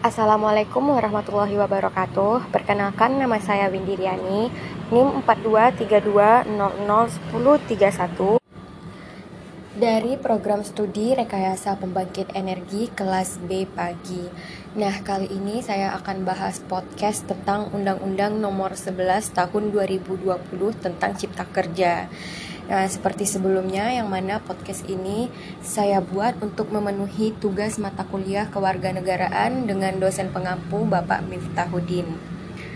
Assalamualaikum warahmatullahi wabarakatuh. Perkenalkan, nama saya Windy Riani, NIM 4232001031 dari program studi Rekayasa Pembangkit Energi kelas B pagi. Nah, kali ini saya akan bahas podcast tentang Undang-Undang Nomor 11 Tahun 2020 tentang Cipta Kerja. Nah, seperti sebelumnya, yang mana podcast ini saya buat untuk memenuhi tugas mata kuliah kewarganegaraan dengan dosen pengampu Bapak Miftahuddin.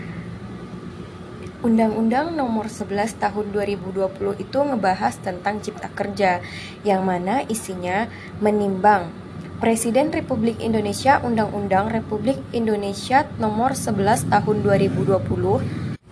Undang-Undang Nomor 11 Tahun 2020 itu ngebahas tentang Cipta Kerja, yang mana isinya menimbang Presiden Republik Indonesia Undang-Undang Republik Indonesia Nomor 11 Tahun 2020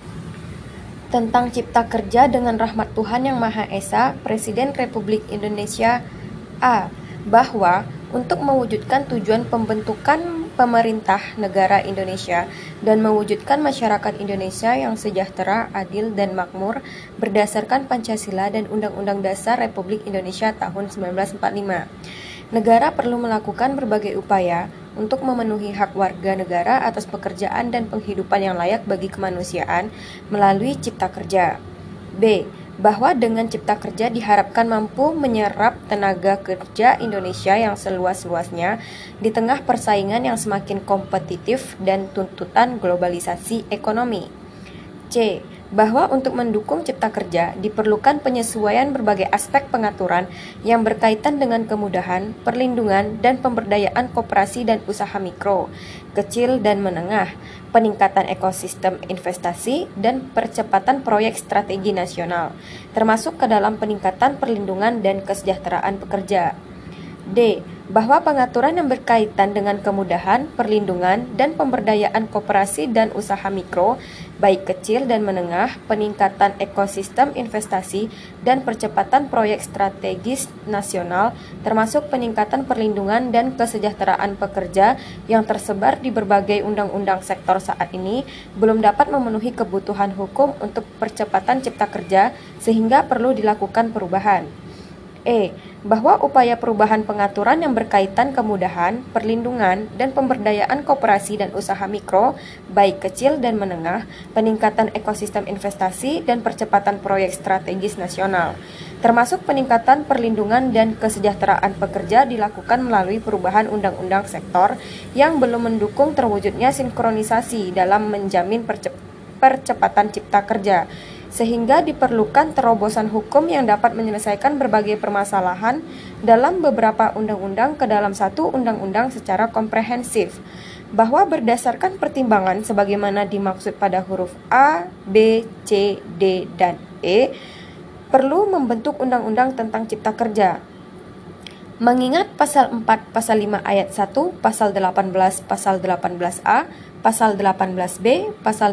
tentang Cipta Kerja dengan rahmat Tuhan Yang Maha Esa. Presiden Republik Indonesia A. Bahwa untuk mewujudkan tujuan pembentukan pemerintah negara Indonesia dan mewujudkan masyarakat Indonesia yang sejahtera, adil, dan makmur berdasarkan Pancasila dan Undang-Undang Dasar Republik Indonesia tahun 1945, negara perlu melakukan berbagai upaya untuk memenuhi hak warga negara atas pekerjaan dan penghidupan yang layak bagi kemanusiaan melalui Cipta Kerja. B. Bahwa dengan Cipta Kerja diharapkan mampu menyerap tenaga kerja Indonesia yang seluas-luasnya di tengah persaingan yang semakin kompetitif dan tuntutan globalisasi ekonomi. C. Bahwa untuk mendukung Cipta Kerja diperlukan penyesuaian berbagai aspek pengaturan yang berkaitan dengan kemudahan, perlindungan, dan pemberdayaan koperasi dan usaha mikro, kecil, dan menengah, peningkatan ekosistem investasi, dan percepatan proyek strategi nasional, termasuk ke dalam peningkatan perlindungan dan kesejahteraan pekerja. D. Bahwa pengaturan yang berkaitan dengan kemudahan, perlindungan, dan pemberdayaan koperasi dan usaha mikro, baik kecil dan menengah, peningkatan ekosistem investasi, dan percepatan proyek strategis nasional, termasuk peningkatan perlindungan dan kesejahteraan pekerja yang tersebar di berbagai undang-undang sektor saat ini, belum dapat memenuhi kebutuhan hukum untuk percepatan Cipta Kerja, sehingga perlu dilakukan perubahan. E. Bahwa upaya perubahan pengaturan yang berkaitan kemudahan, perlindungan, dan pemberdayaan koperasi dan usaha mikro, baik kecil dan menengah, peningkatan ekosistem investasi, dan percepatan proyek strategis nasional, termasuk peningkatan perlindungan dan kesejahteraan pekerja dilakukan melalui perubahan undang-undang sektor yang belum mendukung terwujudnya sinkronisasi dalam menjamin percepatan Cipta Kerja, sehingga diperlukan terobosan hukum yang dapat menyelesaikan berbagai permasalahan dalam beberapa undang-undang ke dalam satu undang-undang secara komprehensif. Bahwa berdasarkan pertimbangan sebagaimana dimaksud pada huruf A, B, C, D, dan E, perlu membentuk undang-undang tentang Cipta Kerja. Mengingat pasal 4, pasal 5 ayat 1, pasal 18, pasal 18A, pasal 18B,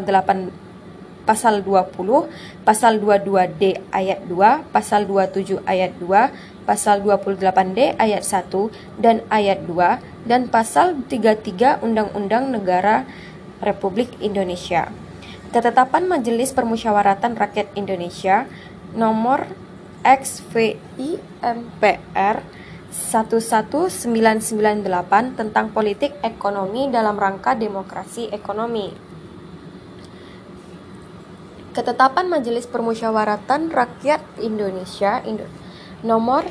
pasal 20, pasal 22D ayat 2, pasal 27 ayat 2, pasal 28D ayat 1 dan ayat 2, dan pasal 33 Undang-Undang Negara Republik Indonesia. Ketetapan Majelis Permusyawaratan Rakyat Indonesia Nomor XVI-MPR 11998 tentang politik ekonomi dalam rangka demokrasi ekonomi. Ketetapan Majelis Permusyawaratan Rakyat Indonesia Nomor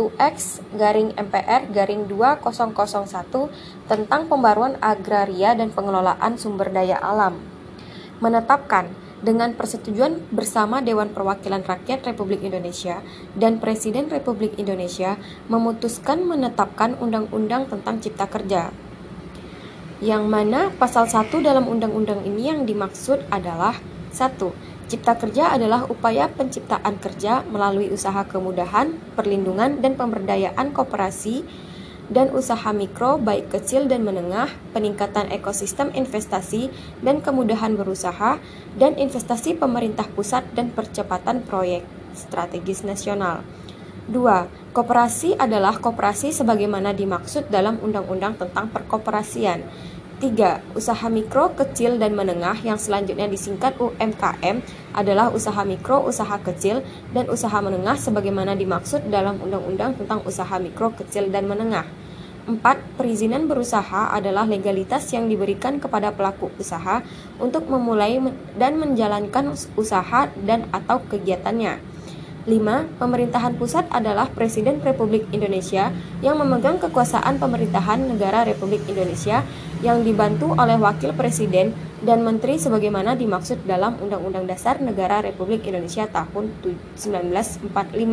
1X-MPR-2001 tentang pembaruan agraria dan pengelolaan sumber daya alam, menetapkan dengan persetujuan bersama Dewan Perwakilan Rakyat Republik Indonesia dan Presiden Republik Indonesia memutuskan menetapkan undang-undang tentang Cipta Kerja, yang mana pasal 1 dalam undang-undang ini yang dimaksud adalah 1. Cipta Kerja adalah upaya penciptaan kerja melalui usaha kemudahan, perlindungan, dan pemberdayaan koperasi dan usaha mikro baik kecil dan menengah, peningkatan ekosistem investasi dan kemudahan berusaha, dan investasi pemerintah pusat dan percepatan proyek strategis nasional. 2. Koperasi adalah koperasi sebagaimana dimaksud dalam Undang-Undang tentang Perkoperasian. 3. Usaha mikro, kecil, dan menengah yang selanjutnya disingkat UMKM adalah usaha mikro, usaha kecil, dan usaha menengah sebagaimana dimaksud dalam Undang-Undang tentang Usaha Mikro, Kecil, dan Menengah. 4. Perizinan berusaha adalah legalitas yang diberikan kepada pelaku usaha untuk memulai dan menjalankan usaha dan atau kegiatannya. 5. Pemerintahan pusat adalah Presiden Republik Indonesia yang memegang kekuasaan pemerintahan negara Republik Indonesia yang dibantu oleh Wakil Presiden dan Menteri sebagaimana dimaksud dalam Undang-Undang Dasar Negara Republik Indonesia tahun 1945.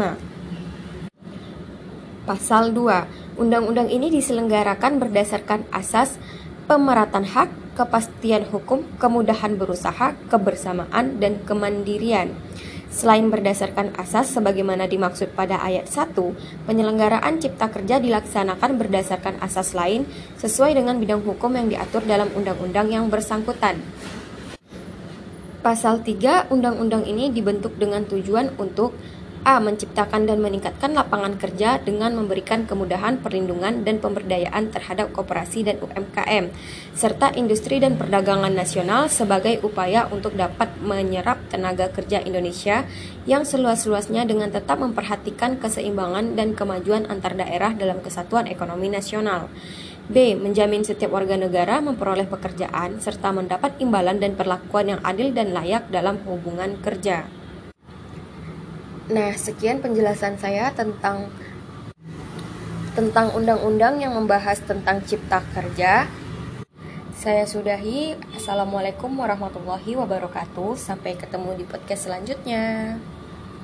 Pasal 2. Undang-undang ini diselenggarakan berdasarkan asas pemerataan hak, kepastian hukum, kemudahan berusaha, kebersamaan, dan kemandirian. Selain berdasarkan asas sebagaimana dimaksud pada ayat 1, penyelenggaraan cipta kerja dilaksanakan berdasarkan asas lain sesuai dengan bidang hukum yang diatur dalam undang-undang yang bersangkutan. Pasal 3, undang-undang ini dibentuk dengan tujuan untuk A. Menciptakan dan meningkatkan lapangan kerja dengan memberikan kemudahan, perlindungan, dan pemberdayaan terhadap koperasi dan UMKM, serta industri dan perdagangan nasional sebagai upaya untuk dapat menyerap tenaga kerja Indonesia yang seluas-luasnya dengan tetap memperhatikan keseimbangan dan kemajuan antar daerah dalam kesatuan ekonomi nasional. B. Menjamin setiap warga negara memperoleh pekerjaan serta mendapat imbalan dan perlakuan yang adil dan layak dalam hubungan kerja. Nah, sekian penjelasan saya tentang undang-undang yang membahas tentang cipta kerja. Saya sudahi. Assalamualaikum warahmatullahi wabarakatuh. Sampai ketemu di podcast selanjutnya.